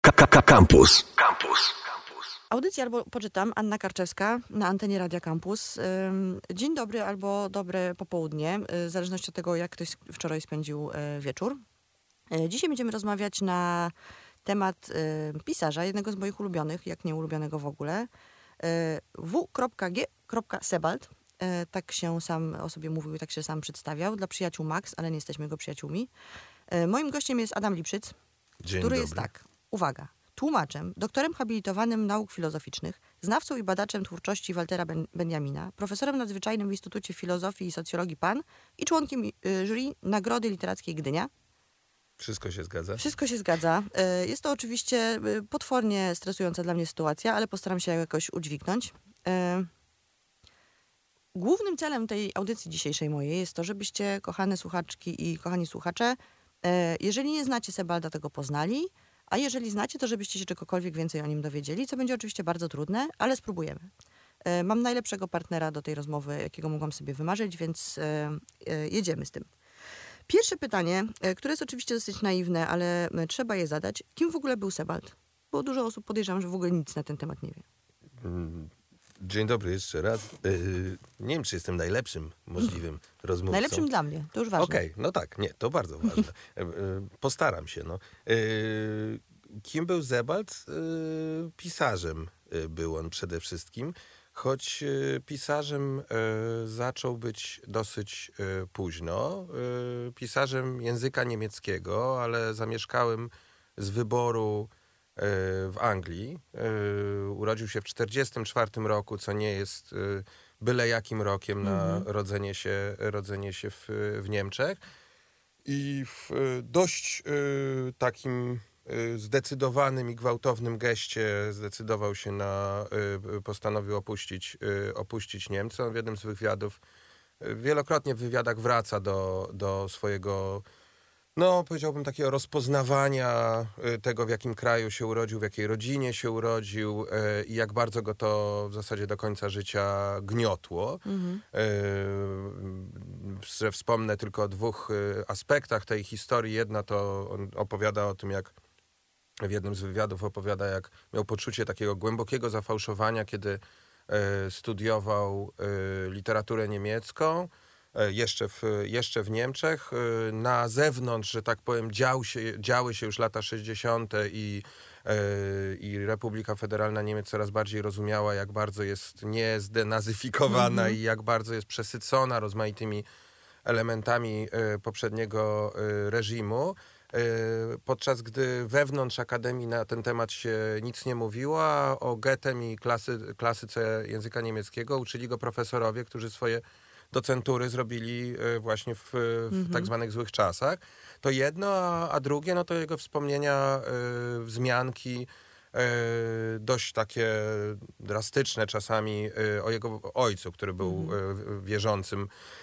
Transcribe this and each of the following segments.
Campus. Audycja albo poczytam, Anna Karczewska na antenie Radia Campus. Dzień dobry albo dobre popołudnie, w zależności od tego, jak ktoś wczoraj spędził wieczór. Dzisiaj będziemy rozmawiać na temat pisarza, jednego z moich ulubionych, jak nie ulubionego w ogóle, W.G. Sebald. Tak się sam o sobie mówił i tak się sam przedstawiał. Dla przyjaciół Max, ale nie jesteśmy jego przyjaciółmi. Moim gościem jest Adam Lipszyc, który jest tak, uwaga, tłumaczem, doktorem habilitowanym nauk filozoficznych, znawcą i badaczem twórczości Waltera Benjamina, profesorem nadzwyczajnym w Instytucie Filozofii i Socjologii PAN i członkiem jury Nagrody Literackiej Gdynia. Wszystko się zgadza? Wszystko się zgadza. Jest to oczywiście potwornie stresująca dla mnie sytuacja, ale postaram się jakoś udźwignąć. Głównym celem tej audycji dzisiejszej mojej jest to, żebyście, kochane słuchaczki i kochani słuchacze, jeżeli nie znacie Sebalda, tego poznali, a jeżeli znacie, to żebyście się czegokolwiek więcej o nim dowiedzieli, co będzie oczywiście bardzo trudne, ale spróbujemy. Mam najlepszego partnera do tej rozmowy, jakiego mogłam sobie wymarzyć, więc jedziemy z tym. Pierwsze pytanie, które jest oczywiście dosyć naiwne, ale trzeba je zadać. Kim w ogóle był Sebald? Bo dużo osób, podejrzewam, że w ogóle nic na ten temat nie wie. Dzień dobry jeszcze raz. Nie wiem, czy jestem najlepszym możliwym rozmówcą. Najlepszym dla mnie, to już ważne. Okej, no tak, nie, to bardzo ważne. Postaram się, no. Kim był Sebald? Pisarzem był on przede wszystkim, choć pisarzem zaczął być dosyć późno. Pisarzem języka niemieckiego, ale zamieszkałem z wyboru w Anglii. Urodził się w 1944 roku, co nie jest byle jakim rokiem na rodzenie się w Niemczech. I w dość takim zdecydowanym i gwałtownym geście zdecydował się postanowił opuścić Niemcy. On w jednym z wywiadów, wielokrotnie w wywiadach wraca do swojego, no powiedziałbym, takiego rozpoznawania tego, w jakim kraju się urodził, w jakiej rodzinie się urodził i jak bardzo go to w zasadzie do końca życia gniotło. Że wspomnę tylko o dwóch aspektach tej historii. Jedna to on opowiada o tym, jak w jednym z wywiadów opowiada, jak miał poczucie takiego głębokiego zafałszowania, kiedy studiował literaturę niemiecką, jeszcze w Niemczech. Na zewnątrz, że tak powiem, działy się już lata 60. i Republika Federalna Niemiec coraz bardziej rozumiała, jak bardzo jest niezdenazyfikowana i jak bardzo jest przesycona rozmaitymi elementami poprzedniego reżimu. Podczas gdy wewnątrz Akademii na ten temat się nic nie mówiło, a o Goethem i klasyce języka niemieckiego uczyli go profesorowie, którzy swoje docentury zrobili właśnie w tak zwanych złych czasach. To jedno, a drugie, no to jego wspomnienia, wzmianki, dość takie drastyczne czasami o jego ojcu, który był wierzącym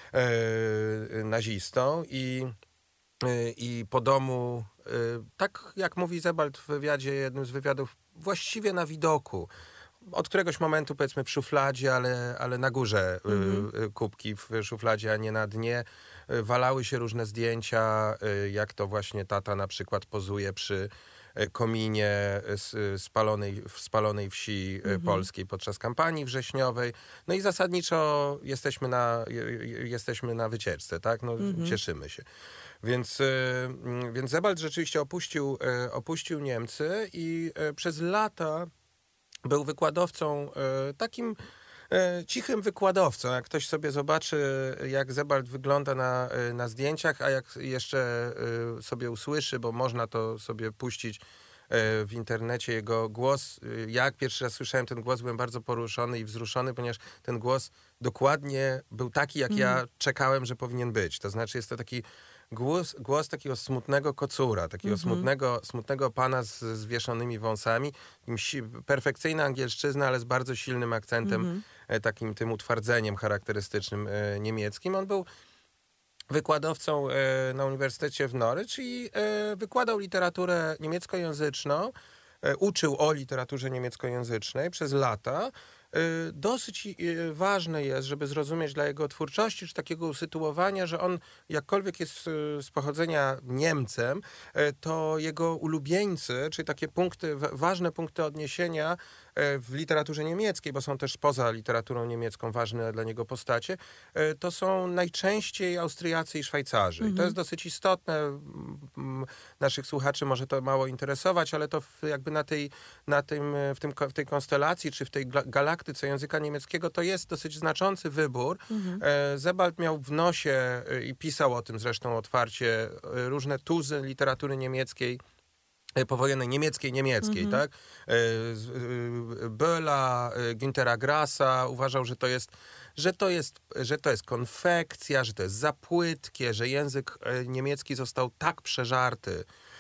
nazistą i po domu, tak jak mówi Sebald w wywiadzie, jednym z wywiadów, właściwie na widoku, od któregoś momentu, powiedzmy, w szufladzie, ale na górze kubki w szufladzie, a nie na dnie, walały się różne zdjęcia, jak to właśnie tata na przykład pozuje przy kominie w spalonej wsi polskiej podczas kampanii wrześniowej. No i zasadniczo jesteśmy na wycieczce, tak? No, cieszymy się. Więc Sebald rzeczywiście opuścił Niemcy i przez lata był wykładowcą, takim cichym wykładowcą. Jak ktoś sobie zobaczy, jak Sebald wygląda na zdjęciach, a jak jeszcze sobie usłyszy, bo można to sobie puścić w internecie, jego głos. Jak pierwszy raz słyszałem ten głos, byłem bardzo poruszony i wzruszony, ponieważ ten głos dokładnie był taki, jak ja czekałem, że powinien być. To znaczy jest to taki głos takiego smutnego kocura, takiego smutnego pana z zwieszonymi wąsami. Perfekcyjna angielszczyzna, ale z bardzo silnym akcentem, takim tym utwardzeniem charakterystycznym niemieckim. On był wykładowcą na Uniwersytecie w Norwich i wykładał literaturę niemieckojęzyczną. Uczył o literaturze niemieckojęzycznej przez lata dosyć ważne jest, żeby zrozumieć dla jego twórczości, czy takiego usytuowania, że on jakkolwiek jest z pochodzenia Niemcem, to jego ulubieńcy, czy takie punkty, ważne punkty odniesienia w literaturze niemieckiej, bo są też poza literaturą niemiecką ważne dla niego postacie, to są najczęściej Austriacy i Szwajcarzy. I to jest dosyć istotne. Naszych słuchaczy może to mało interesować, ale to jakby w tej konstelacji, czy w tej galaktyce języka niemieckiego to jest dosyć znaczący wybór. Sebald miał w nosie i pisał o tym zresztą otwarcie różne tuzy literatury niemieckiej, powojennej niemieckiej, tak? Böhla, Günthera Grassa uważał, że to jest konfekcja, że to jest za płytkie, że język niemiecki został tak przeżarty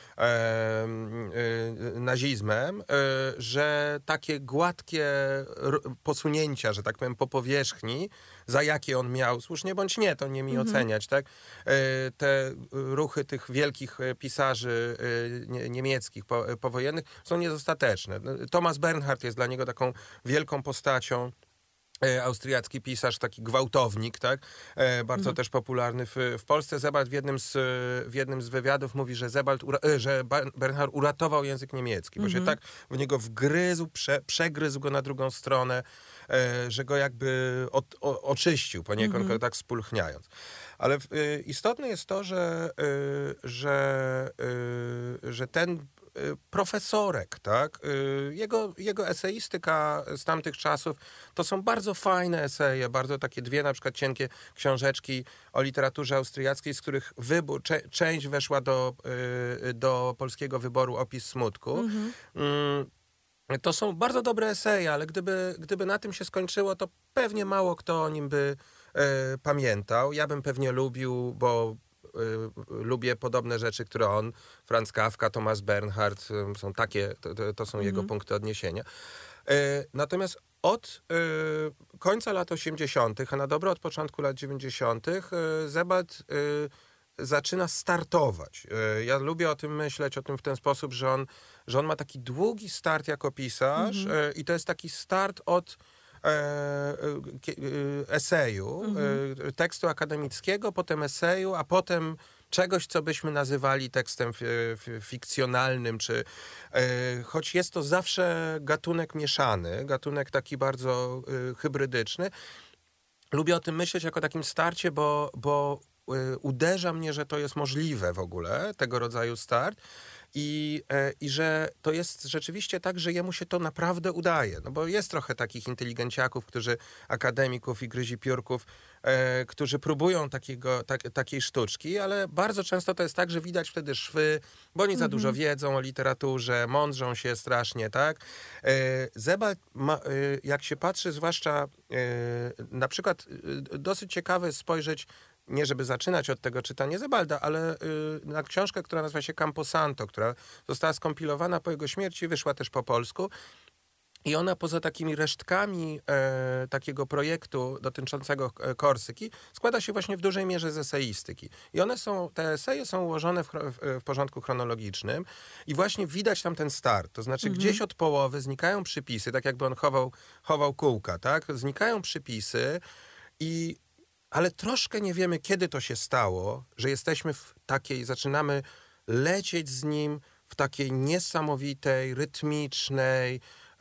nazizmem, że takie gładkie posunięcia, że tak powiem, po powierzchni, za jakie on miał, słusznie bądź nie, to nie mi oceniać, tak? Te ruchy tych wielkich pisarzy niemieckich powojennych są niedostateczne. Thomas Bernhard jest dla niego taką wielką postacią. Austriacki pisarz, taki gwałtownik, tak? Bardzo też popularny w Polsce. Sebald w jednym z wywiadów mówi, że że Bernhard uratował język niemiecki, bo się tak w niego wgryzł, przegryzł go na drugą stronę, że go jakby oczyścił poniekąd, tak spulchniając. Ale istotne jest to, że ten profesorek, tak? Jego eseistyka z tamtych czasów to są bardzo fajne eseje, bardzo takie dwie na przykład cienkie książeczki o literaturze austriackiej, z których część weszła do polskiego wyboru Opis smutku. To są bardzo dobre eseje, ale gdyby na tym się skończyło, to pewnie mało kto o nim by pamiętał. Ja bym pewnie lubił, bo lubię podobne rzeczy, które on, Franz Kafka, Thomas Bernhard, są takie, to są jego punkty odniesienia. Natomiast od końca lat 80., a na dobre od początku lat 90., Sebald zaczyna startować. Ja lubię o tym myśleć, o tym w ten sposób, że on ma taki długi start jako pisarz i to jest taki start od eseju, tekstu akademickiego, potem eseju, a potem czegoś, co byśmy nazywali tekstem fikcjonalnym, choć jest to zawsze gatunek mieszany, gatunek taki bardzo hybrydyczny. Lubię o tym myśleć jako takim starcie, bo uderza mnie, że to jest możliwe w ogóle, tego rodzaju start. I że to jest rzeczywiście tak, że jemu się to naprawdę udaje. No bo jest trochę takich inteligenciaków, akademików i gryzipiórków, którzy próbują takiej sztuczki, ale bardzo często to jest tak, że widać wtedy szwy, bo oni za dużo wiedzą o literaturze, mądrzą się strasznie, tak? Sebald, jak się patrzy, zwłaszcza na przykład dosyć ciekawe jest spojrzeć, nie żeby zaczynać od tego czytania Sebalda, ale na książkę, która nazywa się Camposanto, która została skompilowana po jego śmierci, wyszła też po polsku. I ona poza takimi resztkami takiego projektu dotyczącego Korsyki składa się właśnie w dużej mierze z eseistyki. I te eseje są ułożone w porządku chronologicznym i właśnie widać tam ten start. To znaczy gdzieś od połowy znikają przypisy, tak jakby on chował kółka, tak? Znikają przypisy ale troszkę nie wiemy, kiedy to się stało, że jesteśmy zaczynamy lecieć z nim w takiej niesamowitej, rytmicznej,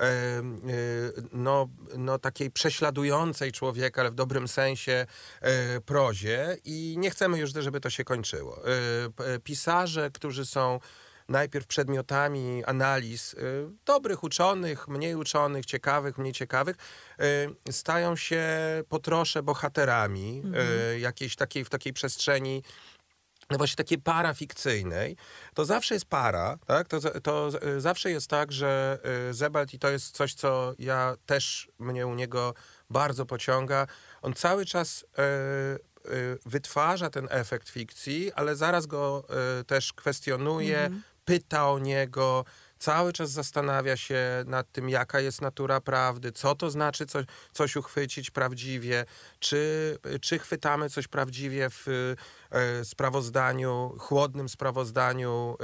takiej prześladującej człowieka, ale w dobrym sensie prozie i nie chcemy już, żeby to się kończyło. Pisarze, którzy są najpierw przedmiotami analiz dobrych uczonych, mniej uczonych, ciekawych, mniej ciekawych, stają się po trosze bohaterami w takiej przestrzeni, no właśnie takiej parafikcyjnej. To zawsze jest para, tak? To zawsze jest tak, że Sebald, i to jest coś, co mnie u niego bardzo pociąga, on cały czas wytwarza ten efekt fikcji, ale zaraz go też kwestionuje, pyta o niego, cały czas zastanawia się nad tym, jaka jest natura prawdy, co to znaczy coś uchwycić prawdziwie, czy chwytamy coś prawdziwie sprawozdaniu, chłodnym sprawozdaniu,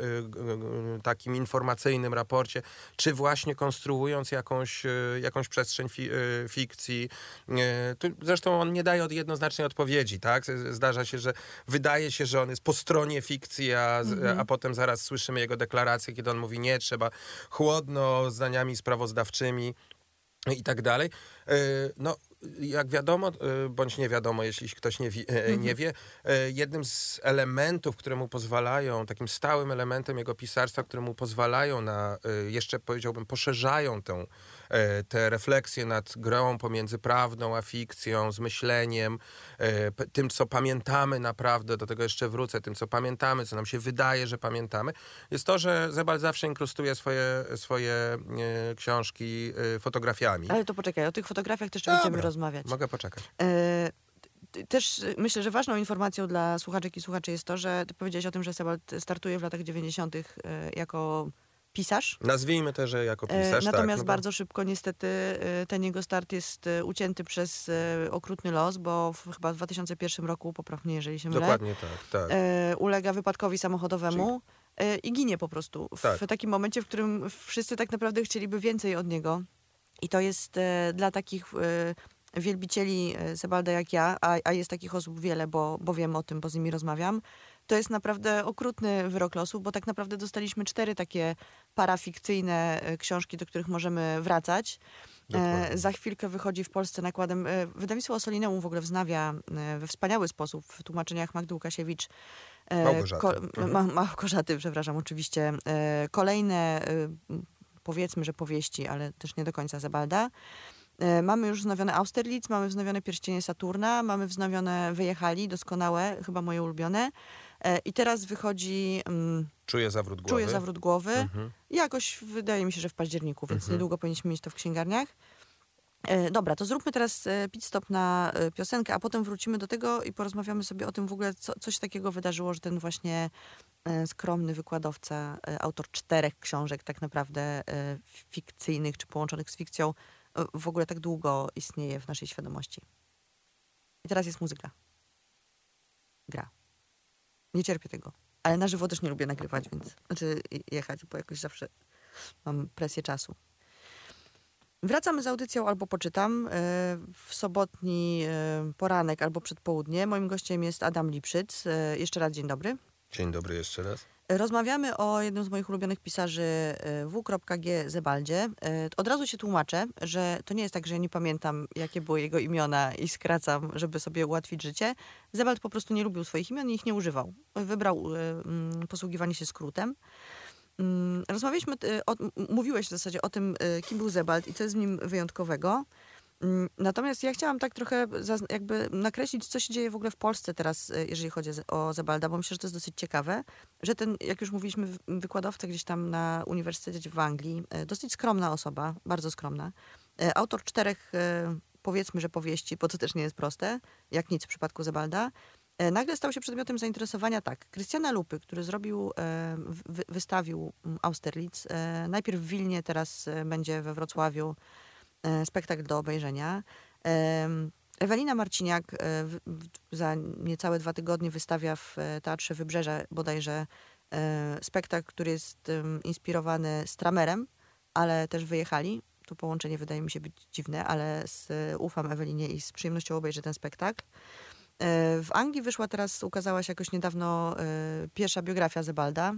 takim informacyjnym raporcie, czy właśnie konstruując jakąś przestrzeń fikcji. Tu zresztą on nie daje jednoznacznej odpowiedzi, tak? Zdarza się, że wydaje się, że on jest po stronie fikcji, a potem zaraz słyszymy jego deklarację, kiedy on mówi nie, trzeba chłodno, zdaniami sprawozdawczymi i tak dalej. No, jak wiadomo, bądź nie wiadomo, jeśli ktoś nie wie, jednym z elementów, które mu pozwalają, takim stałym elementem jego pisarstwa, które mu pozwalają na, jeszcze powiedziałbym, poszerzają te refleksje nad grą pomiędzy prawdą a fikcją, z myśleniem, tym, co pamiętamy naprawdę, do tego jeszcze wrócę, tym, co pamiętamy, co nam się wydaje, że pamiętamy, jest to, że Sebald zawsze inkrustuje swoje książki fotografiami. Ale to poczekaj, o tych fotografiach też będziemy rozmawiać. Mogę poczekać. Też myślę, że ważną informacją dla słuchaczek i słuchaczy jest to, że ty powiedziałeś o tym, że Sebald startuje w latach 90. Jako pisarz. Nazwijmy to, że jako pisarz, natomiast tak. bardzo szybko niestety ten jego start jest ucięty przez okrutny los, bo chyba w 2001 roku, popraw mnie, jeżeli się mylę, dokładnie tak. Ulega wypadkowi samochodowemu i ginie po prostu. W takim momencie, w którym wszyscy tak naprawdę chcieliby więcej od niego. I to jest dla takich wielbicieli Sebalda jak ja, a jest takich osób wiele, bo wiem o tym, bo z nimi rozmawiam, to jest naprawdę okrutny wyrok losu, bo tak naprawdę dostaliśmy 4 takie parafikcyjne książki, do których możemy wracać. Za chwilkę wychodzi w Polsce nakładem. Wydawnictwo Ossolineum w ogóle wznawia we wspaniały sposób w tłumaczeniach Magdy Łukasiewicz Małgorzaty, przepraszam, oczywiście. Kolejne powiedzmy, że powieści, ale też nie do końca Sebalda. Mamy już wznowione Austerlitz, mamy wznowione Pierścienie Saturna, mamy wznowione Wyjechali, doskonałe, chyba moje ulubione. I teraz wychodzi Czuję zawrót głowy. Jakoś wydaje mi się, że w październiku, więc niedługo powinniśmy mieć to w księgarniach. Dobra, to zróbmy teraz pit stop na piosenkę, a potem wrócimy do tego i porozmawiamy sobie o tym w ogóle, co się takiego wydarzyło, że ten właśnie skromny wykładowca, autor 4 książek tak naprawdę fikcyjnych czy połączonych z fikcją, w ogóle tak długo istnieje w naszej świadomości. I teraz jest muzyka. Gra. Nie cierpię tego. Ale na żywo też nie lubię nagrywać, więc jechać, bo jakoś zawsze mam presję czasu. Wracamy z audycją Albo Poczytam w sobotni poranek albo przedpołudnie. Moim gościem jest Adam Lipszyc. Jeszcze raz dzień dobry. Dzień dobry jeszcze raz. Rozmawiamy o jednym z moich ulubionych pisarzy W.G. Sebaldzie. Od razu się tłumaczę, że to nie jest tak, że ja nie pamiętam, jakie były jego imiona i skracam, żeby sobie ułatwić życie. Sebald po prostu nie lubił swoich imion i ich nie używał. Wybrał posługiwanie się skrótem. Rozmawialiśmy, mówiłeś w zasadzie o tym, kim był Sebald i co jest w nim wyjątkowego. Natomiast ja chciałam tak trochę jakby nakreślić, co się dzieje w ogóle w Polsce teraz, jeżeli chodzi o Sebalda, bo myślę, że to jest dosyć ciekawe, że ten, jak już mówiliśmy, wykładowca gdzieś tam na uniwersytecie w Anglii, dosyć skromna osoba, bardzo skromna, autor 4 powiedzmy, że powieści, bo to też nie jest proste, jak nic w przypadku Sebalda, nagle stał się przedmiotem zainteresowania Krystiana Lupy, który wystawił Austerlitz, najpierw w Wilnie, teraz będzie we Wrocławiu, spektakl do obejrzenia. Ewelina Marciniak za niecałe 2 tygodnie wystawia w Teatrze Wybrzeże bodajże spektakl, który jest inspirowany Stramerem, ale też Wyjechali. To połączenie wydaje mi się być dziwne, ale ufam Ewelinie i z przyjemnością obejrzę ten spektakl. W Anglii ukazała się jakoś niedawno pierwsza biografia Sebalda.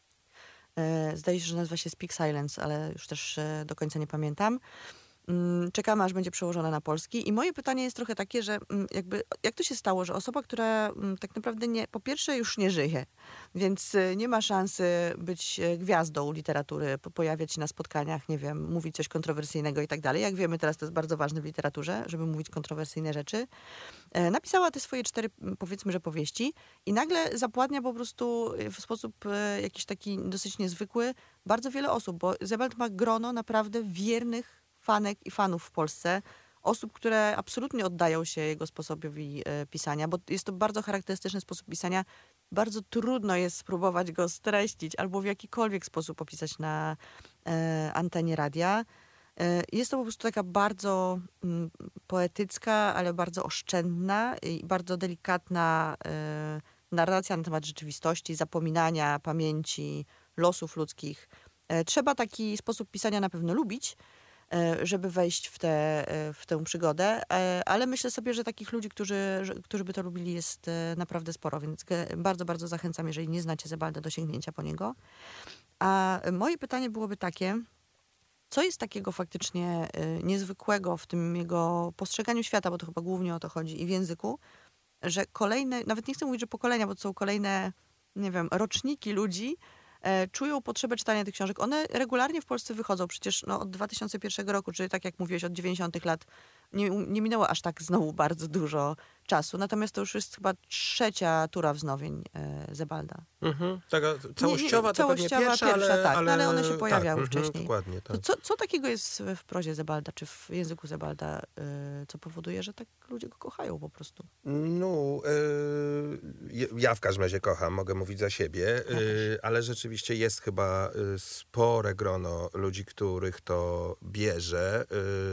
Zdaje się, że nazywa się Speak Silence, ale już też do końca nie pamiętam. Czekamy, aż będzie przełożona na polski. I moje pytanie jest trochę takie, że jak to się stało, że osoba, która tak naprawdę po pierwsze już nie żyje, więc nie ma szansy być gwiazdą literatury, pojawiać się na spotkaniach, nie wiem, mówić coś kontrowersyjnego i tak dalej. Jak wiemy, teraz to jest bardzo ważne w literaturze, żeby mówić kontrowersyjne rzeczy. Napisała te swoje 4, powiedzmy, że powieści i nagle zapładnia po prostu w sposób jakiś taki dosyć niezwykły bardzo wiele osób, bo Sebald ma grono naprawdę wiernych fanek i fanów w Polsce, osób, które absolutnie oddają się jego sposobowi pisania, bo jest to bardzo charakterystyczny sposób pisania. Bardzo trudno jest spróbować go streścić albo w jakikolwiek sposób opisać na antenie radia. Jest to po prostu taka bardzo poetycka, ale bardzo oszczędna i bardzo delikatna narracja na temat rzeczywistości, zapominania, pamięci, losów ludzkich. Trzeba taki sposób pisania na pewno lubić, żeby wejść w tę przygodę, ale myślę sobie, że takich ludzi, którzy by to lubili, jest naprawdę sporo, więc bardzo, bardzo zachęcam, jeżeli nie znacie Sebalda, do sięgnięcia po niego. A moje pytanie byłoby takie, co jest takiego faktycznie niezwykłego w tym jego postrzeganiu świata, bo to chyba głównie o to chodzi, i w języku, że kolejne, nawet nie chcę mówić, że pokolenia, bo to są kolejne, nie wiem, roczniki ludzi, czują potrzebę czytania tych książek. One regularnie w Polsce wychodzą, przecież od 2001 roku, czyli tak jak mówiłeś, od 90 lat, nie minęło aż tak znowu bardzo dużo czasu. Natomiast to już jest chyba 3. tura wznowień Sebalda. Taka całościowa to pewnie pierwsza, tak, ale one się pojawiały tak, wcześniej. Dokładnie, tak. Co takiego jest w prozie Sebalda, czy w języku Sebalda, co powoduje, że tak ludzie go kochają po prostu? No, ja w każdym razie kocham, mogę mówić za siebie, ale rzeczywiście jest chyba spore grono ludzi, których to bierze.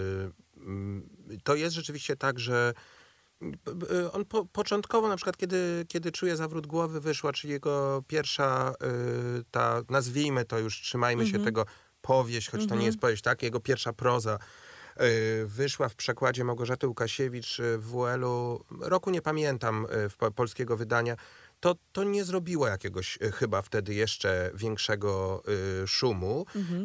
To jest rzeczywiście tak, że on początkowo, na przykład kiedy Czuje zawrót głowy wyszła, czyli jego pierwsza, ta, nazwijmy to już, trzymajmy się tego, powieść, choć to nie jest powieść, tak? Jego pierwsza proza wyszła w przekładzie Małgorzaty Łukasiewicz w WL-u, roku nie pamiętam, polskiego wydania. To nie zrobiło jakiegoś chyba wtedy jeszcze większego szumu.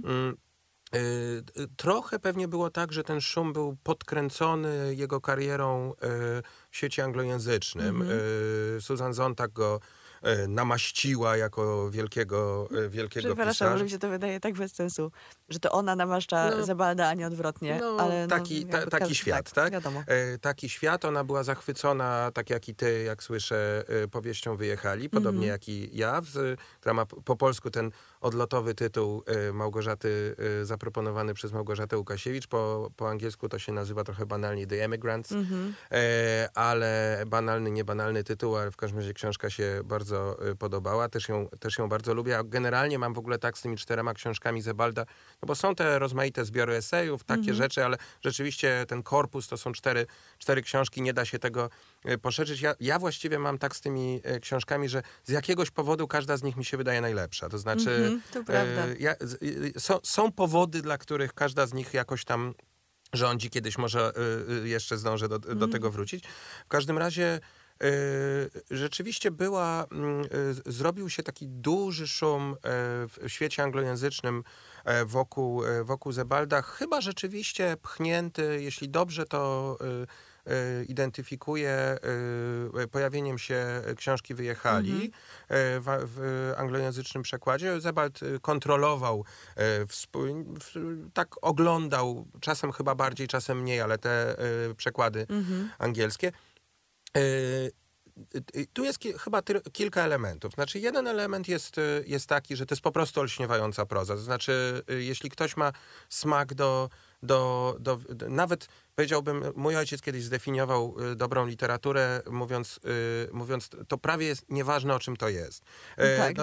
Trochę pewnie było tak, że ten szum był podkręcony jego karierą w świecie anglojęzycznym. Susan Sontag go namaściła jako wielkiego Przepraszam, pisarza. ale mi się to wydaje tak bez sensu, że to ona namaszcza Sebalda, a nie odwrotnie. Ale taki świat, tak? Wiadomo. Taki świat, ona była zachwycona, tak jak i ty, jak słyszę, powieścią Wyjechali, podobnie jak i ja, która ma po polsku ten odlotowy tytuł Małgorzaty, zaproponowany przez Małgorzatę Łukasiewicz. Po angielsku to się nazywa trochę banalnie The Emigrants, ale banalny, niebanalny tytuł, ale w każdym razie książka się bardzo podobała. Też ją bardzo lubię. A generalnie mam w ogóle tak z tymi 4 książkami Sebalda, no bo są te rozmaite zbiory esejów, takie rzeczy, ale rzeczywiście ten korpus to są 4 książki, nie da się tego poszerzyć. Ja właściwie mam tak z tymi książkami, że z jakiegoś powodu każda z nich mi się wydaje najlepsza. To znaczy, to prawda. Są powody, dla których każda z nich jakoś tam rządzi. Kiedyś może jeszcze zdążę do tego wrócić. W każdym razie rzeczywiście zrobił się taki duży szum w świecie anglojęzycznym wokół Sebalda. Chyba rzeczywiście pchnięty, jeśli dobrze to identyfikuje, pojawieniem się książki Wyjechali w anglojęzycznym przekładzie. Sebald kontrolował, tak oglądał, czasem chyba bardziej, czasem mniej, ale te przekłady angielskie. Tu jest chyba kilka elementów. Znaczy, jeden element jest taki, że to jest po prostu olśniewająca proza. To znaczy, jeśli ktoś ma smak nawet powiedziałbym, mój ojciec kiedyś zdefiniował dobrą literaturę, mówiąc, to prawie jest nieważne, o czym to jest. Tak,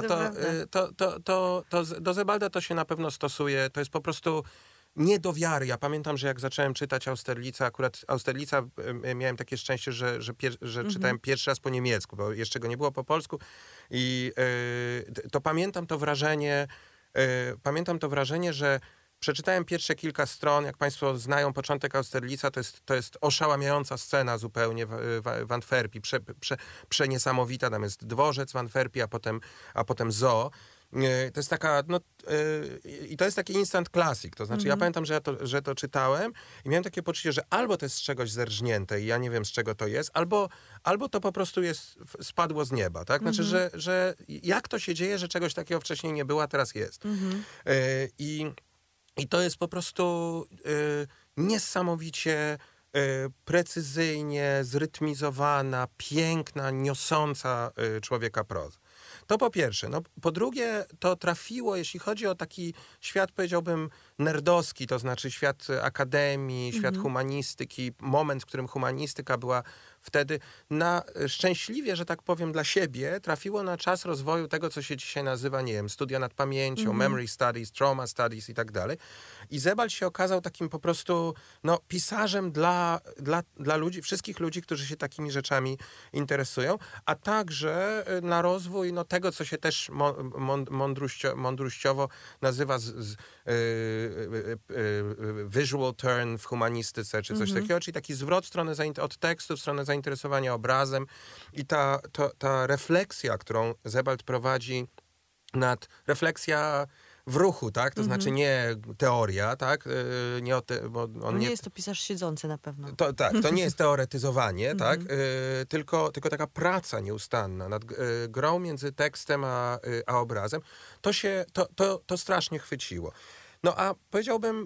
do Sebalda to się na pewno stosuje. To jest po prostu nie do wiary. Ja pamiętam, że jak zacząłem czytać Austerlitza, akurat Austerlitza miałem takie szczęście, że czytałem pierwszy raz po niemiecku, bo jeszcze go nie było po polsku i to pamiętam to wrażenie, że przeczytałem pierwsze kilka stron. Jak państwo znają początek Austerlitza, to jest oszałamiająca scena zupełnie w Antwerpii. Przeniesamowita. Tam jest dworzec w Antwerpii, a potem zoo. To jest taka, i to jest taki instant classic, to znaczy ja pamiętam, że to czytałem i miałem takie poczucie, że albo to jest z czegoś zerżnięte i ja nie wiem, z czego to jest, albo to po prostu spadło z nieba, tak? Znaczy, że jak to się dzieje, że czegoś takiego wcześniej nie było, a teraz jest. I to jest po prostu niesamowicie precyzyjnie zrytmizowana, piękna, niosąca człowieka proza. To po pierwsze. No, po drugie, to trafiło, jeśli chodzi o taki świat, powiedziałbym, nerdowski, to znaczy świat akademii, świat humanistyki, moment, w którym humanistyka była wtedy szczęśliwie, że tak powiem, dla siebie trafiło na czas rozwoju tego, co się dzisiaj nazywa, nie wiem, studia nad pamięcią, memory studies, trauma studies i tak dalej. I Sebald się okazał takim po prostu pisarzem dla ludzi, wszystkich ludzi, którzy się takimi rzeczami interesują, a także na rozwój tego, co się też mądrościowo nazywa visual turn w humanistyce, czy coś takiego, czyli taki zwrot od tekstu w stronę zainteresowania obrazem i ta refleksja, którą Sebald prowadzi refleksja w ruchu, tak? To znaczy nie teoria, tak? Bo nie jest to pisarz siedzący na pewno. To nie jest teoretyzowanie, tak? Tylko taka praca nieustanna nad grą między tekstem a obrazem. To strasznie chwyciło. No a powiedziałbym,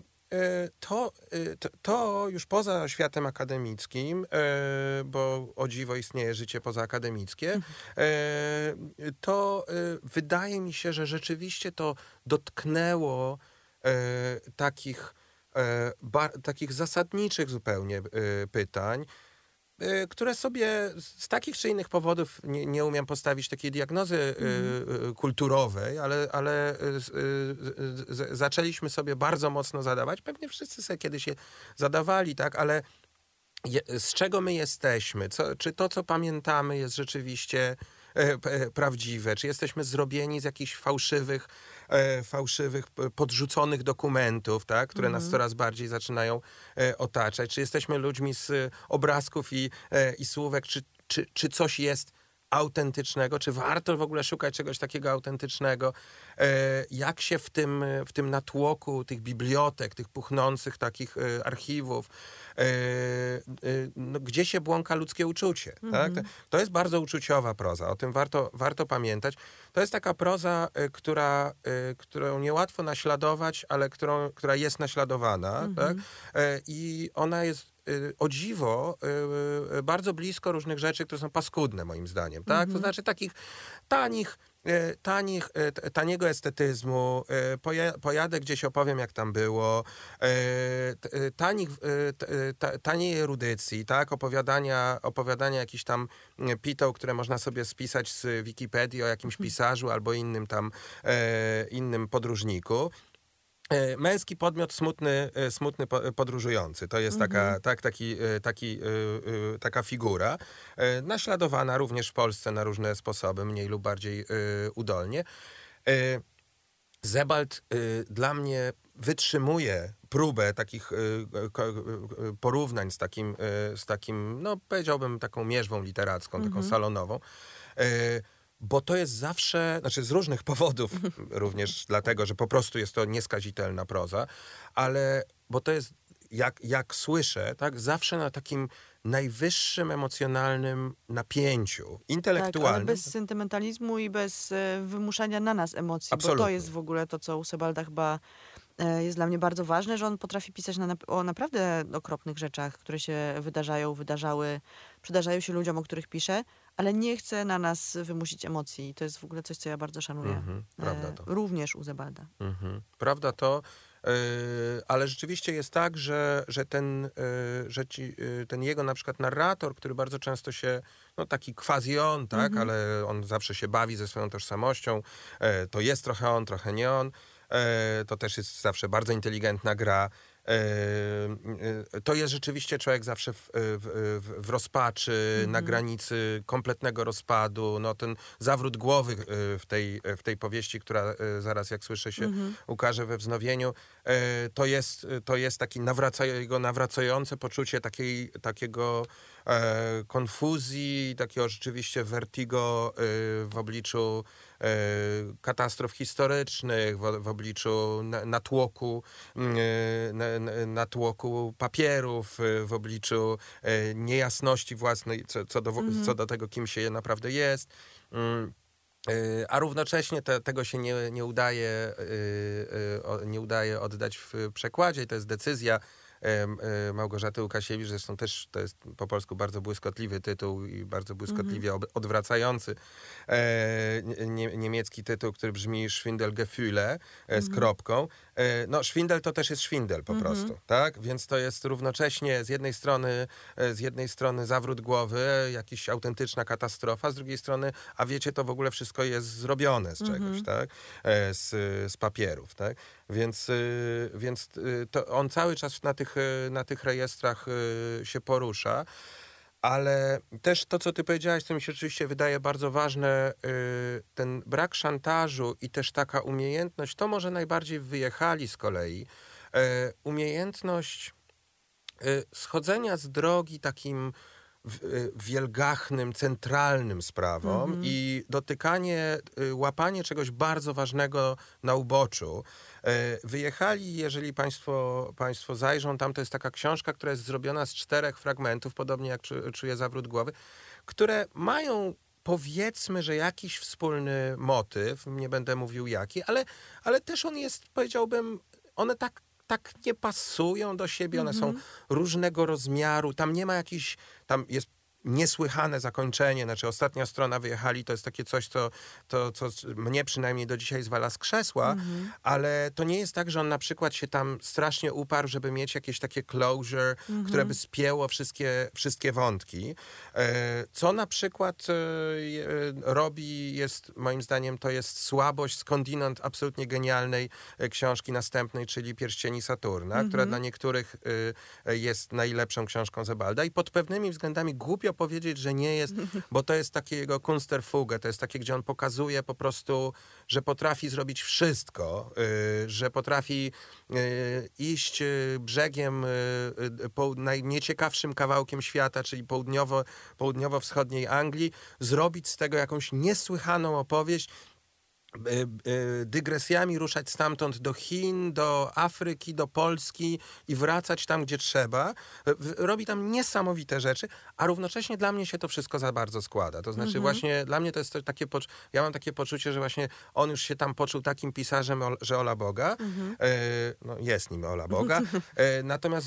to już poza światem akademickim, bo o dziwo istnieje życie pozaakademickie, to wydaje mi się, że rzeczywiście to dotknęło takich zasadniczych zupełnie pytań, które sobie z takich czy innych powodów nie umiem postawić takiej diagnozy kulturowej, ale zaczęliśmy sobie bardzo mocno zadawać. Pewnie wszyscy sobie kiedyś je zadawali, tak, ale z czego my jesteśmy? Czy to, co pamiętamy, jest rzeczywiście prawdziwe? Czy jesteśmy zrobieni z jakichś fałszywych, podrzuconych dokumentów, tak, które nas coraz bardziej zaczynają otaczać? Czy jesteśmy ludźmi z obrazków i słówek? Czy coś jest autentycznego? Czy warto w ogóle szukać czegoś takiego autentycznego? Jak się w tym natłoku tych bibliotek, tych puchnących takich archiwów, gdzie się błąka ludzkie uczucie? Tak? To jest bardzo uczuciowa proza, o tym warto pamiętać. To jest taka proza, którą niełatwo naśladować, ale która jest naśladowana. Tak? I ona jest o dziwo bardzo blisko różnych rzeczy, które są paskudne moim zdaniem. Tak? To znaczy takich taniego estetyzmu, pojadę gdzieś, opowiem jak tam było, taniej erudycji, tak? Opowiadania jakichś tam pitoł, które można sobie spisać z Wikipedii o jakimś pisarzu albo innym podróżniku. Męski podmiot smutny podróżujący. To jest taka figura, naśladowana również w Polsce na różne sposoby, mniej lub bardziej udolnie. Sebald dla mnie wytrzymuje próbę takich porównań z takim, no powiedziałbym, taką mierzwą literacką, taką salonową. Bo to jest zawsze, znaczy z różnych powodów, również dlatego, że po prostu jest to nieskazitelna proza, ale bo to jest, jak słyszę, tak, zawsze na takim najwyższym emocjonalnym napięciu, intelektualnym. Tak, ale bez sentymentalizmu i bez wymuszania na nas emocji, Absolutnie. Bo to jest w ogóle to, co u Sebalda chyba jest dla mnie bardzo ważne, że on potrafi pisać o naprawdę okropnych rzeczach, które się przydarzają się ludziom, o których pisze, ale nie chce na nas wymusić emocji. To jest w ogóle coś, co ja bardzo szanuję. Prawda to. Również u Sebalda. Prawda to, ale rzeczywiście jest tak, że ten jego na przykład narrator, który bardzo często się, no taki quasi on, tak, ale on zawsze się bawi ze swoją tożsamością, to jest trochę on, trochę nie on, to też jest zawsze bardzo inteligentna gra. To jest rzeczywiście człowiek zawsze w rozpaczy, na granicy kompletnego rozpadu. No, ten zawrót głowy w tej powieści, która zaraz, jak słyszę, się ukaże we wznowieniu, to jest taki jego nawracające poczucie takiego konfuzji, takiego rzeczywiście vertigo w obliczu katastrof historycznych, w obliczu natłoku papierów, w obliczu niejasności własnej co do tego, kim się naprawdę jest. A równocześnie tego się nie udaje oddać w przekładzie. To jest decyzja Małgorzaty Łukasiewicz, zresztą też to jest po polsku bardzo błyskotliwy tytuł i bardzo błyskotliwie odwracający niemiecki tytuł, który brzmi Schwindelgefühle z kropką. No, szwindel to też jest szwindel po prostu, tak? Więc to jest równocześnie z jednej strony zawrót głowy, jakaś autentyczna katastrofa, z drugiej strony, a wiecie, to w ogóle wszystko jest zrobione z czegoś, tak? Z papierów, tak? Więc to on cały czas na tych rejestrach się porusza. Ale też to, co ty powiedziałaś, co mi się oczywiście wydaje bardzo ważne, ten brak szantażu i też taka umiejętność, to może najbardziej w Wyjechali z kolei, umiejętność schodzenia z drogi takim wielgachnym, centralnym sprawom i dotykanie, łapanie czegoś bardzo ważnego na uboczu. Wyjechali, jeżeli państwo zajrzą, tam to jest taka książka, która jest zrobiona z 4 fragmentów, podobnie jak Czuję zawrót głowy, które mają, powiedzmy, że jakiś wspólny motyw, nie będę mówił jaki, ale też on jest, powiedziałbym, one tak nie pasują do siebie, one są różnego rozmiaru, tam nie ma jakichś, tam jest niesłychane zakończenie, znaczy ostatnia strona Wyjechali, to jest takie coś, co mnie przynajmniej do dzisiaj zwala z krzesła, ale to nie jest tak, że on na przykład się tam strasznie uparł, żeby mieć jakieś takie closure, które by spięło wszystkie wątki. Co na przykład robi, jest moim zdaniem, to jest słabość skądinąd absolutnie genialnej książki następnej, czyli Pierścieni Saturna, która dla niektórych jest najlepszą książką Sebalda i pod pewnymi względami głupio powiedzieć, że nie jest, bo to jest takie jego Kunstfuge, to jest takie, gdzie on pokazuje po prostu, że potrafi zrobić wszystko, że potrafi iść brzegiem najnieciekawszym kawałkiem świata, czyli południowo-wschodniej Anglii, zrobić z tego jakąś niesłychaną opowieść, dygresjami ruszać stamtąd do Chin, do Afryki, do Polski i wracać tam, gdzie trzeba. Robi tam niesamowite rzeczy, a równocześnie dla mnie się to wszystko za bardzo składa. To znaczy właśnie dla mnie to jest takie ja mam takie poczucie, że właśnie on już się tam poczuł takim pisarzem, że ola Boga. No jest nim ola Boga. Natomiast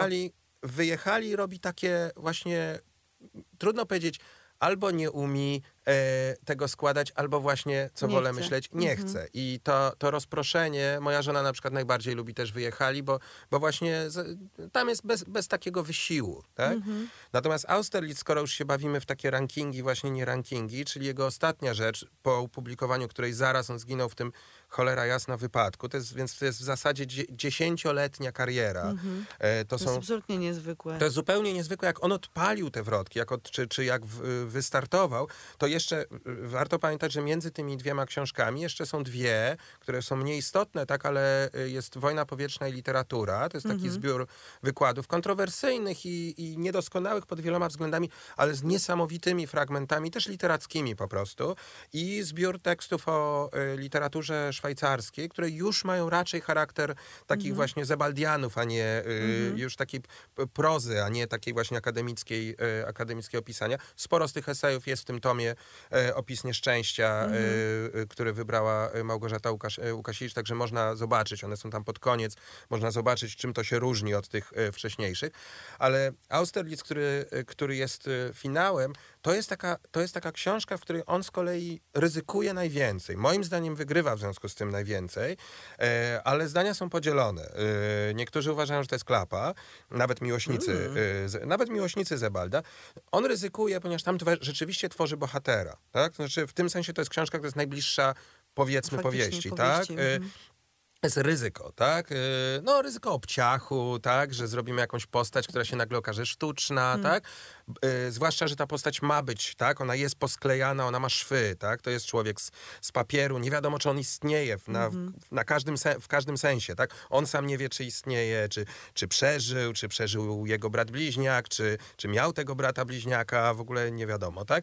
Wyjechali robi takie właśnie, trudno powiedzieć, albo nie umie tego składać, albo właśnie, co wolę myśleć, nie chce. I to rozproszenie, moja żona na przykład najbardziej lubi też Wyjechali, bo właśnie tam jest bez takiego wysiłu. Tak? Natomiast Austerlitz, skoro już się bawimy w takie rankingi, właśnie nie rankingi, czyli jego ostatnia rzecz, po opublikowaniu której zaraz on zginął w tym cholera jasna wypadku, więc to jest w zasadzie 10-letnia kariera. To jest absolutnie niezwykłe. To jest zupełnie niezwykłe, jak on odpalił te wrotki, czy jak wystartował, to jeszcze warto pamiętać, że między tymi 2 książkami jeszcze są 2, które są mniej istotne, tak, ale jest Wojna powietrzna i literatura. To jest taki zbiór wykładów kontrowersyjnych i niedoskonałych pod wieloma względami, ale z niesamowitymi fragmentami, też literackimi po prostu. I zbiór tekstów o literaturze szwajcarskiej, które już mają raczej charakter takich właśnie zebaldianów, a nie już takiej prozy, a nie takiej właśnie akademickiego pisania. Sporo z tych esejów jest w tym tomie Opis nieszczęścia, który wybrała Małgorzata Łukasiewicz, także można zobaczyć, one są tam pod koniec, można zobaczyć, czym to się różni od tych wcześniejszych. Ale Austerlitz, który jest finałem, to jest taka książka, w której on z kolei ryzykuje najwięcej. Moim zdaniem wygrywa w związku z tym najwięcej, ale zdania są podzielone. Niektórzy uważają, że to jest klapa, nawet miłośnicy Sebalda. On ryzykuje, ponieważ tam rzeczywiście tworzy bohatera. Tak? To znaczy, w tym sensie to jest książka, która jest najbliższa, powiedzmy, powieści. Tak? Jest ryzyko, tak? No, ryzyko obciachu, tak? Że zrobimy jakąś postać, która się nagle okaże sztuczna, tak? Zwłaszcza, że ta postać ma być, tak? Ona jest posklejana, ona ma szwy, tak? To jest człowiek z papieru, nie wiadomo, czy on istnieje w każdym sensie, tak? On sam nie wie, czy istnieje, czy przeżył jego brat bliźniak, czy miał tego brata bliźniaka, w ogóle nie wiadomo, tak?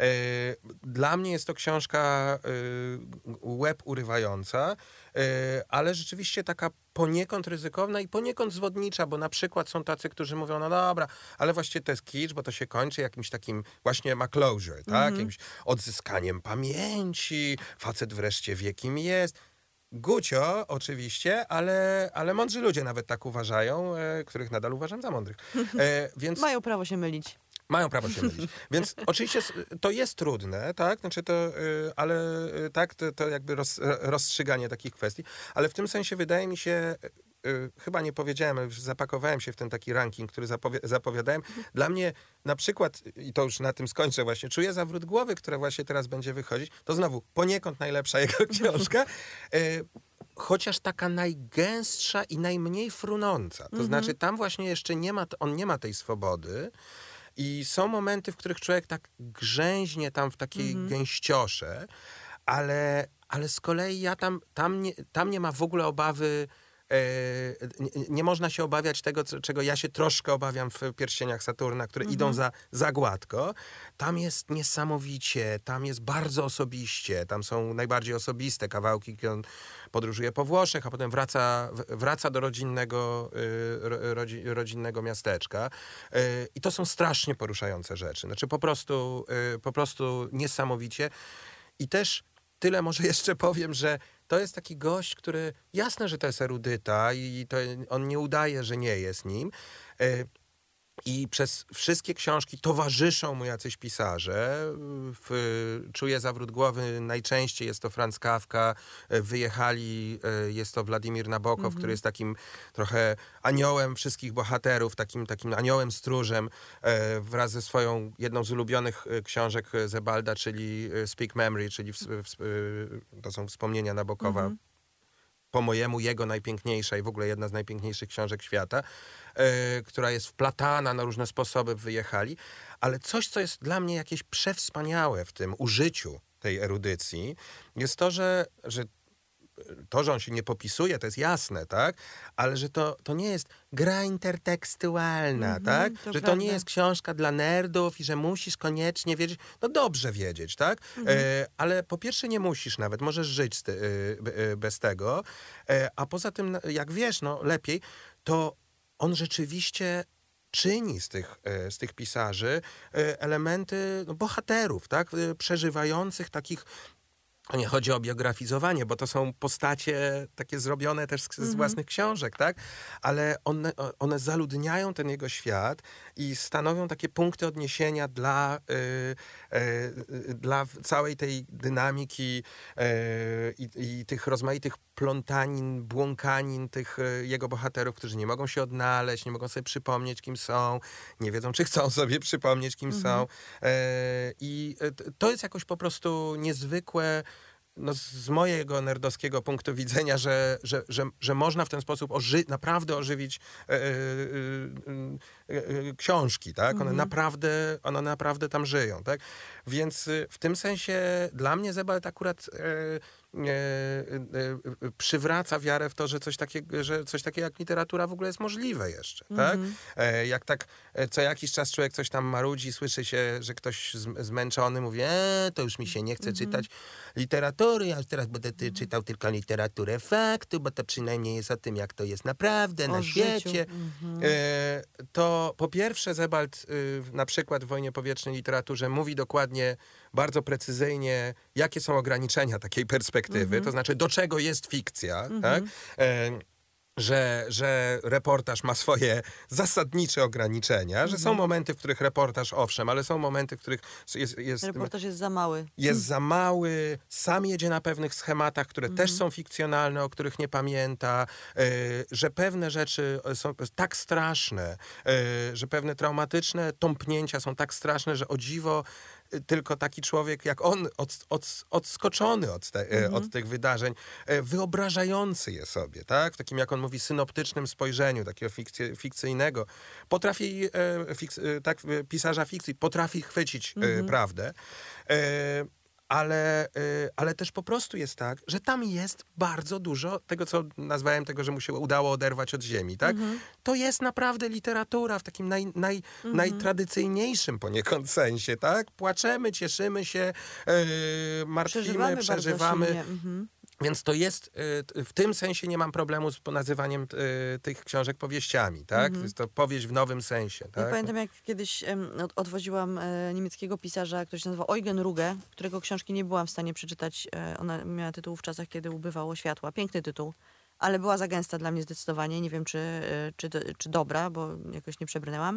Dla mnie jest to książka łeb urywająca, ale rzeczywiście taka poniekąd ryzykowna i poniekąd zwodnicza, bo na przykład są tacy, którzy mówią, no dobra, ale właściwie to jest kicz, bo to się kończy jakimś takim właśnie ma closure, tak? Jakimś odzyskaniem pamięci, facet wreszcie wie, kim jest. Gucio oczywiście, ale mądrzy ludzie nawet tak uważają, których nadal uważam za mądrych. Więc Mają prawo się mylić. mają prawo się mylić. Więc oczywiście to jest trudne, tak? Znaczy to, ale tak, to jakby rozstrzyganie takich kwestii. Ale w tym sensie wydaje mi się, chyba nie powiedziałem, już zapakowałem się w ten taki ranking, który zapowiadałem. Dla mnie na przykład, i to już na tym skończę właśnie, Czuję zawrót głowy, która właśnie teraz będzie wychodzić, to znowu poniekąd najlepsza jego książka, chociaż taka najgęstsza i najmniej frunąca. To znaczy tam właśnie jeszcze on nie ma tej swobody i są momenty, w których człowiek tak grzęźnie tam w takiej gęściosze, ale z kolei tam nie ma w ogóle obawy. Nie można się obawiać tego, czego ja się troszkę obawiam w Pierścieniach Saturna, które idą za gładko. Tam jest niesamowicie, tam jest bardzo osobiście, tam są najbardziej osobiste kawałki, gdzie on podróżuje po Włoszech, a potem wraca do rodzinnego miasteczka. I to są strasznie poruszające rzeczy. Znaczy po prostu niesamowicie. I też tyle może jeszcze powiem, że to jest taki gość, który jasne, że to jest erudyta i on nie udaje, że nie jest nim. I przez wszystkie książki towarzyszą mu jacyś pisarze. Czuję zawrót głowy, najczęściej jest to Franz Kafka. Wyjechali, jest to Władimir Nabokow, który jest takim trochę aniołem wszystkich bohaterów, takim aniołem stróżem, wraz ze swoją jedną z ulubionych książek Sebalda, czyli Speak Memory, czyli to są wspomnienia Nabokowa. Po mojemu jego najpiękniejsza i w ogóle jedna z najpiękniejszych książek świata, która jest wplatana na różne sposoby w Wyjechali, ale coś, co jest dla mnie jakieś przewspaniałe w tym użyciu tej erudycji, jest to, że on się nie popisuje, to jest jasne, tak? Ale że to nie jest gra intertekstualna, tak? Że to nie jest książka dla nerdów i że musisz koniecznie wiedzieć. No dobrze wiedzieć, tak? Ale po pierwsze nie musisz nawet, możesz żyć bez tego. A poza tym, jak wiesz, no lepiej, to on rzeczywiście czyni z tych pisarzy elementy bohaterów, tak? Przeżywających takich. Nie chodzi o biografizowanie, bo to są postacie takie zrobione też z własnych książek, tak? Ale one zaludniają ten jego świat i stanowią takie punkty odniesienia dla całej tej dynamiki i tych rozmaitych plątanin, błąkanin tych jego bohaterów, którzy nie mogą się odnaleźć, nie mogą sobie przypomnieć, kim są, nie wiedzą, czy chcą sobie przypomnieć, kim są. I to jest jakoś po prostu niezwykłe, no z mojego nerdowskiego punktu widzenia, że można w ten sposób naprawdę ożywić książki, tak? One naprawdę tam żyją, tak? Więc w tym sensie dla mnie Sebald akurat przywraca wiarę w to, że coś takiego jak literatura w ogóle jest możliwe jeszcze, tak? Jak tak co jakiś czas człowiek coś tam marudzi, słyszy się, że ktoś zmęczony mówi, to już mi się nie chce czytać literatury, ja już teraz będę czytał tylko literaturę faktu, bo to przynajmniej jest o tym, jak to jest naprawdę na świecie. To po pierwsze Sebald na przykład w Wojnie powietrznej literaturze mówi dokładnie, bardzo precyzyjnie, jakie są ograniczenia takiej perspektywy, to znaczy do czego jest fikcja, tak? Że reportaż ma swoje zasadnicze ograniczenia, że są momenty, w których reportaż owszem, ale są momenty, w których reportaż jest za mały. Jest za mały, sam jedzie na pewnych schematach, które też są fikcjonalne, o których nie pamięta, że pewne rzeczy są tak straszne, że pewne traumatyczne tąpnięcia są tak straszne, że o dziwo tylko taki człowiek jak on, odskoczony od tych wydarzeń, wyobrażający je sobie, tak? W takim, jak on mówi, synoptycznym spojrzeniu, takiego fikcyjnego, potrafi, pisarza fikcji, potrafi chwycić prawdę. Ale też po prostu jest tak, że tam jest bardzo dużo tego, co nazwałem tego, że mu się udało oderwać od ziemi, tak? To jest naprawdę literatura w takim najtradycyjniejszym poniekąd sensie, tak? Płaczemy, cieszymy się, martwimy, przeżywamy. Więc to jest, w tym sensie nie mam problemu z nazywaniem tych książek powieściami, tak? Jest to powieść w nowym sensie, Ja tak? pamiętam, jak kiedyś odwoziłam niemieckiego pisarza, który się nazywa Eugen Ruge, którego książki nie byłam w stanie przeczytać. Ona miała tytuł W czasach, kiedy ubywało światła. Piękny tytuł, ale była za gęsta dla mnie zdecydowanie. Nie wiem, czy dobra, bo jakoś nie przebrnęłam.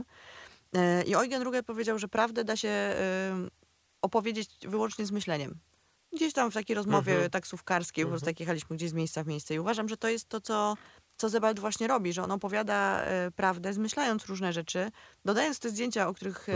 I Eugen Ruge powiedział, że prawdę da się opowiedzieć wyłącznie z myśleniem. Gdzieś tam w takiej rozmowie taksówkarskiej, po prostu tak jechaliśmy gdzieś z miejsca w miejsce. I uważam, że to jest to, co Sebald właśnie robi, że on opowiada prawdę, zmyślając różne rzeczy, dodając te zdjęcia,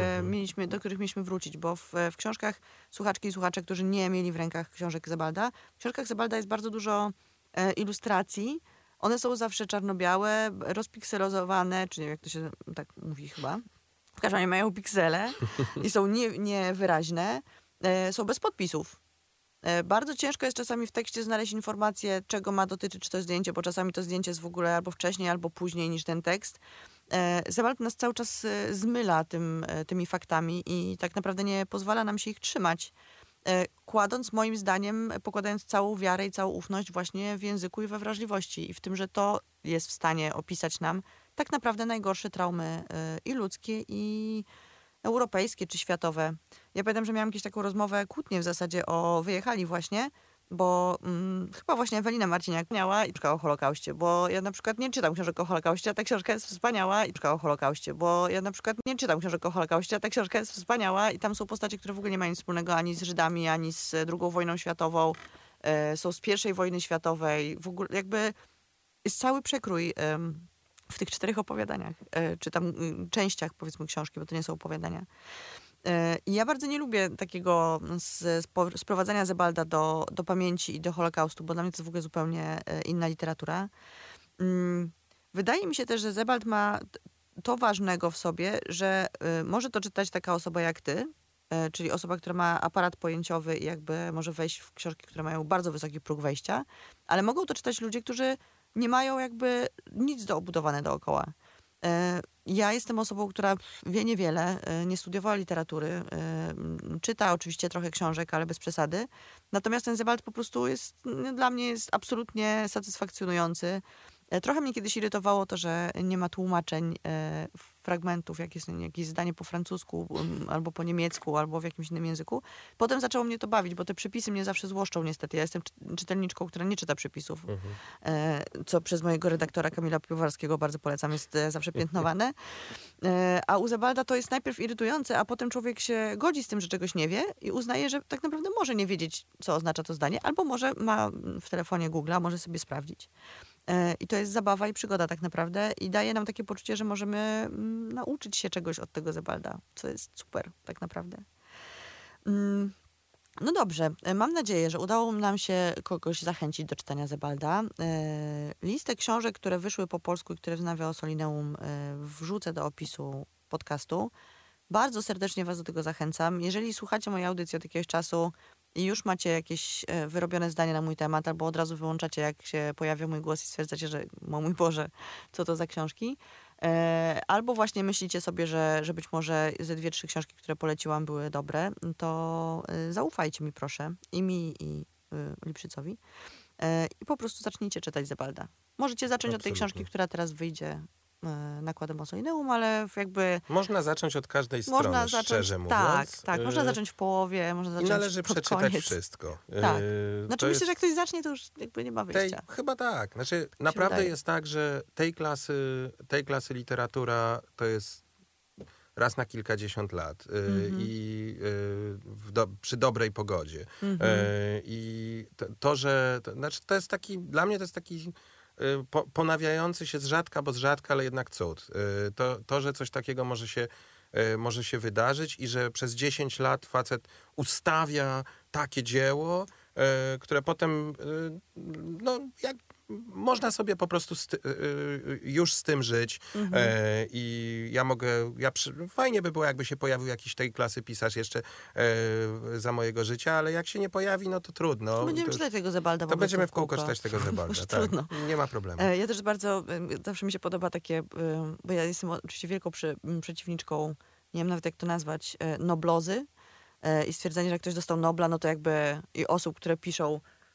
do których mieliśmy wrócić, bo w książkach słuchaczki i słuchacze, którzy nie mieli w rękach książek Sebalda, w książkach Sebalda jest bardzo dużo ilustracji. One są zawsze czarno-białe, rozpikselozowane, czy nie wiem, jak to się tak mówi chyba. W każdym razie mają piksele i są niewyraźne, są bez podpisów. Bardzo ciężko jest czasami w tekście znaleźć informację, czego ma dotyczyć to zdjęcie, bo czasami to zdjęcie jest w ogóle albo wcześniej, albo później niż ten tekst. Sebald nas cały czas zmyla tymi faktami i tak naprawdę nie pozwala nam się ich trzymać. Kładąc, moim zdaniem, pokładając całą wiarę i całą ufność właśnie w języku i we wrażliwości. I w tym, że to jest w stanie opisać nam tak naprawdę najgorsze traumy i ludzkie, i europejskie czy światowe. Ja pamiętam, że miałam jakąś taką rozmowę, kłótnię w zasadzie wyjechali właśnie, bo chyba właśnie Ewelina Marciniak miała i książka o Holokauście, bo ja na przykład nie czytam książek o Holokauście, a ta książka jest wspaniała i książka o Holokauście, bo ja na przykład nie czytam książek o Holokauście, a ta książka jest wspaniała i tam są postacie, które w ogóle nie mają nic wspólnego ani z Żydami, ani z II wojną światową, są z I wojny światowej, w ogóle jakby jest cały przekrój w tych 4 opowiadaniach, czy tam częściach, powiedzmy, książki, bo to nie są opowiadania. I ja bardzo nie lubię takiego sprowadzania Sebalda do pamięci i do Holokaustu, bo dla mnie to jest w ogóle zupełnie inna literatura. Wydaje mi się też, że Sebald ma to ważnego w sobie, że może to czytać taka osoba jak ty, czyli osoba, która ma aparat pojęciowy i jakby może wejść w książki, które mają bardzo wysoki próg wejścia, ale mogą to czytać ludzie, którzy nie mają jakby nic obudowane dookoła. Ja jestem osobą, która wie niewiele, nie studiowała literatury, czyta oczywiście trochę książek, ale bez przesady. Natomiast ten Sebald po prostu dla mnie jest absolutnie satysfakcjonujący. Trochę mnie kiedyś irytowało to, że nie ma tłumaczeń fragmentów, jak jest jakieś zdanie po francusku, albo po niemiecku, albo w jakimś innym języku. Potem zaczęło mnie to bawić, bo te przepisy mnie zawsze złoszczą niestety. Ja jestem czytelniczką, która nie czyta przepisów, co przez mojego redaktora Kamila Piwowarskiego bardzo polecam, jest zawsze piętnowane. A u Sebalda to jest najpierw irytujące, a potem człowiek się godzi z tym, że czegoś nie wie i uznaje, że tak naprawdę może nie wiedzieć, co oznacza to zdanie, albo może ma w telefonie Google'a, może sobie sprawdzić. I to jest zabawa i przygoda tak naprawdę i daje nam takie poczucie, że możemy nauczyć się czegoś od tego Sebalda, co jest super tak naprawdę. No dobrze, mam nadzieję, że udało nam się kogoś zachęcić do czytania Sebalda. Listę książek, które wyszły po polsku i które wznawia Ossolineum, wrzucę do opisu podcastu. Bardzo serdecznie was do tego zachęcam. Jeżeli słuchacie mojej audycji od jakiegoś czasu i już macie jakieś wyrobione zdanie na mój temat, albo od razu wyłączacie, jak się pojawia mój głos i stwierdzacie, że o mój Boże, co to za książki. Albo właśnie myślicie sobie, że być może ze 2-3 książki, które poleciłam, były dobre, to zaufajcie mi proszę, i mi, i Lipszycowi. I po prostu zacznijcie czytać Sebalda. Możecie zacząć od tej książki, która teraz wyjdzie nakładem Ossolineum, ale jakby... Można zacząć od każdej strony, szczerze mówiąc. Tak. Można zacząć w połowie, można zacząć i należy pod przeczytać koniec. wszystko. Tak. Znaczy myślę, że jak ktoś zacznie, to już jakby nie ma wyjścia. Chyba tak. Znaczy naprawdę jest tak, że tej klasy literatura to jest raz na kilkadziesiąt lat i przy dobrej pogodzie. I znaczy to jest taki, dla mnie to jest taki ponawiający się z rzadka, ale jednak cud. To, że coś takiego może się wydarzyć i że przez 10 lat facet ustawia takie dzieło, które potem jak można sobie po prostu już z tym żyć. I fajnie by było, jakby się pojawił jakiś tej klasy pisarz jeszcze za mojego życia, ale jak się nie pojawi, no to trudno. Będziemy czytać tego Sebalda. To będziemy w kółko czytać tego Sebalda. Tak. Trudno. Nie ma problemu. Ja też zawsze mi się podoba takie, bo ja jestem oczywiście wielką przeciwniczką, nie wiem nawet jak to nazwać, noblozy. I stwierdzenie, że jak ktoś dostał Nobla, no to jakby i osób, które piszą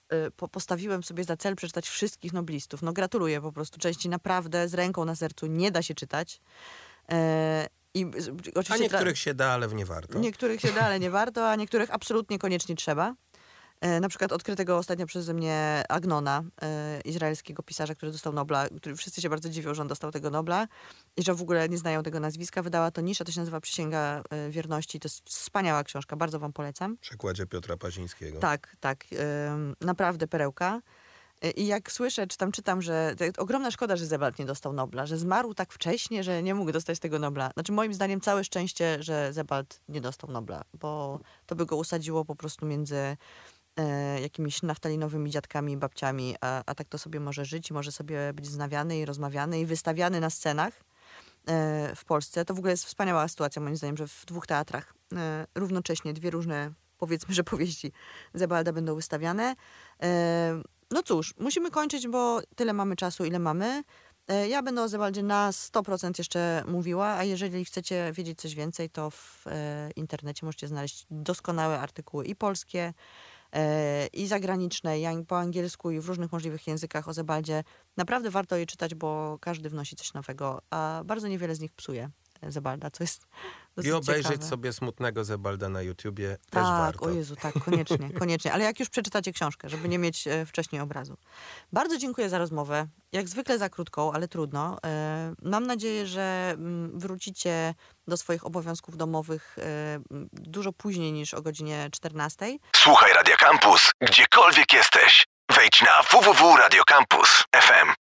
postawiłem sobie za cel przeczytać wszystkich noblistów. No gratuluję po prostu. Części naprawdę z ręką na sercu nie da się czytać. I oczywiście A niektórych się da, ale nie warto. Niektórych się da, ale nie warto, a niektórych absolutnie koniecznie trzeba. Na przykład odkrytego ostatnio przeze mnie Agnona, izraelskiego pisarza, który dostał Nobla, który wszyscy się bardzo dziwią, że on dostał tego Nobla i że w ogóle nie znają tego nazwiska. Wydała to Nisza, to się nazywa Przysięga Wierności. To jest wspaniała książka, bardzo wam polecam. W przekładzie Piotra Pazińskiego. Tak, naprawdę perełka. I jak słyszę, czytam, że ogromna szkoda, że Sebald nie dostał Nobla, że zmarł tak wcześnie, że nie mógł dostać tego Nobla. Znaczy moim zdaniem całe szczęście, że Sebald nie dostał Nobla, bo to by go usadziło po prostu między jakimiś naftalinowymi dziadkami i babciami, a tak to sobie może żyć i może sobie być znawiany i rozmawiany i wystawiany na scenach w Polsce. To w ogóle jest wspaniała sytuacja moim zdaniem, że w 2 teatrach równocześnie 2 różne, powiedzmy, że powieści Sebalda będą wystawiane. No cóż, musimy kończyć, bo tyle mamy czasu, ile mamy. Ja będę o Sebaldzie na 100% jeszcze mówiła, a jeżeli chcecie wiedzieć coś więcej, to w internecie możecie znaleźć doskonałe artykuły i polskie, i zagraniczne, i po angielsku, i w różnych możliwych językach o Sebaldzie. Naprawdę warto je czytać, bo każdy wnosi coś nowego, a bardzo niewiele z nich psuje Sebalda, co jest dosyć I obejrzeć ciekawe. sobie smutnego Sebalda na YouTubie też Tak, warto. o Jezu, tak, koniecznie. Ale jak już przeczytacie książkę, żeby nie mieć wcześniej obrazu. Bardzo dziękuję za rozmowę. Jak zwykle za krótką, ale trudno. Mam nadzieję, że wrócicie do swoich obowiązków domowych dużo później niż o godzinie 14. Słuchaj Radia Campus, gdziekolwiek jesteś. Wejdź na www.radiocampus.fm.